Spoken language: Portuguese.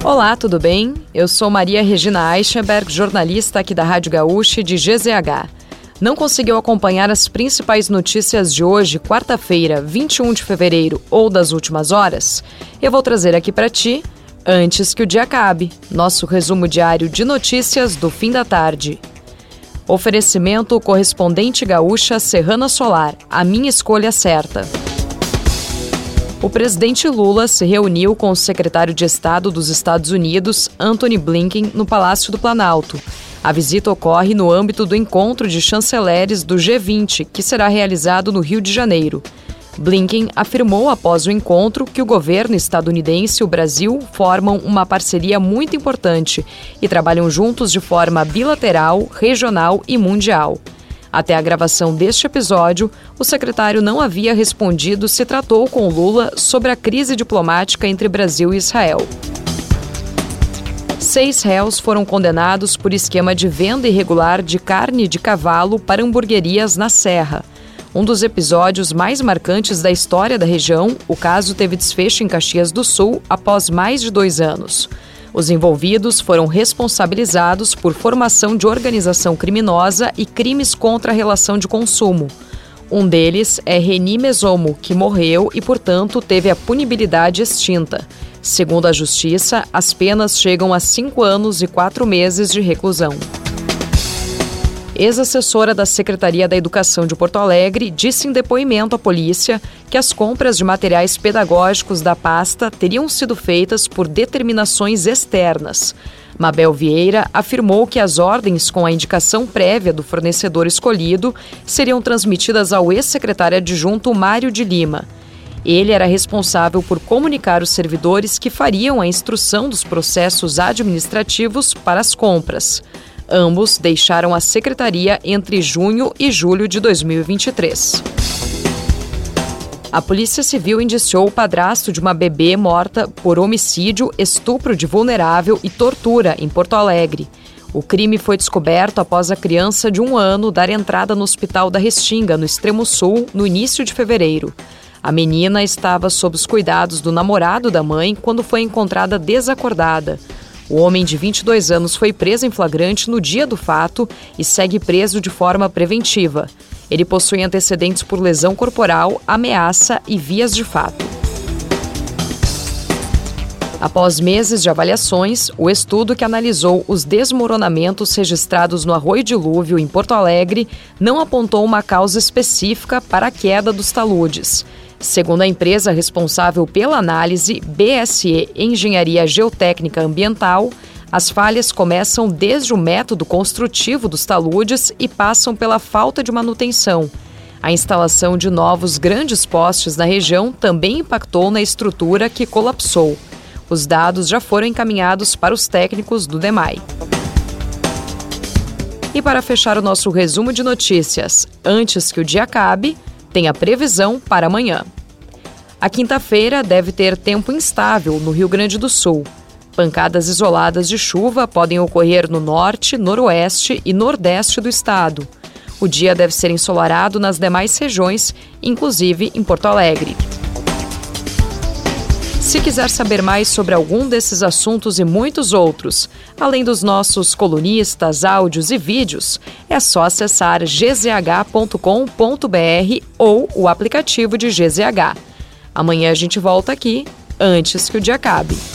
Olá, tudo bem? Eu sou Maria Regina Eichenberg, jornalista aqui da Rádio Gaúcha de GZH. Não conseguiu acompanhar as principais notícias de hoje, quarta-feira, 21 de fevereiro, ou das últimas horas? Eu vou trazer aqui para ti, antes que o dia acabe, nosso resumo diário de notícias do fim da tarde. Oferecimento correspondente gaúcha Serrana Solar, a minha escolha certa. O presidente Lula se reuniu com o secretário de Estado dos Estados Unidos, Antony Blinken, no Palácio do Planalto. A visita ocorre no âmbito do encontro de chanceleres do G20, que será realizado no Rio de Janeiro. Blinken afirmou após o encontro que o governo estadunidense e o Brasil formam uma parceria muito importante e trabalham juntos de forma bilateral, regional e mundial. Até a gravação deste episódio, o secretário não havia respondido se tratou com Lula sobre a crise diplomática entre Brasil e Israel. 6 réus foram condenados por esquema de venda irregular de carne de cavalo para hamburguerias na Serra. Um dos episódios mais marcantes da história da região, o caso teve desfecho em Caxias do Sul após mais de 2 anos. Os envolvidos foram responsabilizados por formação de organização criminosa e crimes contra a relação de consumo. Um deles é Reni Mesomo, que morreu e, portanto, teve a punibilidade extinta. Segundo a Justiça, as penas chegam a 5 anos e 4 meses de reclusão. Ex-assessora da Secretaria da Educação de Porto Alegre disse em depoimento à polícia que as compras de materiais pedagógicos da pasta teriam sido feitas por determinações externas. Mabel Vieira afirmou que as ordens com a indicação prévia do fornecedor escolhido seriam transmitidas ao ex-secretário adjunto Mário de Lima. Ele era responsável por comunicar os servidores que fariam a instrução dos processos administrativos para as compras. Ambos deixaram a secretaria entre junho e julho de 2023. A Polícia Civil indiciou o padrasto de uma bebê morta por homicídio, estupro de vulnerável e tortura em Porto Alegre. O crime foi descoberto após a criança de 1 ano dar entrada no Hospital da Restinga, no Extremo Sul, no início de fevereiro. A menina estava sob os cuidados do namorado da mãe quando foi encontrada desacordada. O homem de 22 anos foi preso em flagrante no dia do fato e segue preso de forma preventiva. Ele possui antecedentes por lesão corporal, ameaça e vias de fato. Após meses de avaliações, o estudo que analisou os desmoronamentos registrados no Arroio Dilúvio, em Porto Alegre, não apontou uma causa específica para a queda dos taludes. Segundo a empresa responsável pela análise, BSE Engenharia Geotécnica Ambiental, as falhas começam desde o método construtivo dos taludes e passam pela falta de manutenção. A instalação de novos grandes postes na região também impactou na estrutura que colapsou. Os dados já foram encaminhados para os técnicos do DEMAI. E para fechar o nosso resumo de notícias, antes que o dia acabe, tem a previsão para amanhã. A quinta-feira deve ter tempo instável no Rio Grande do Sul. Pancadas isoladas de chuva podem ocorrer no norte, noroeste e nordeste do estado. O dia deve ser ensolarado nas demais regiões, inclusive em Porto Alegre. Se quiser saber mais sobre algum desses assuntos e muitos outros, além dos nossos colunistas, áudios e vídeos, é só acessar gzh.com.br ou o aplicativo de GZH. Amanhã a gente volta aqui, antes que o dia acabe.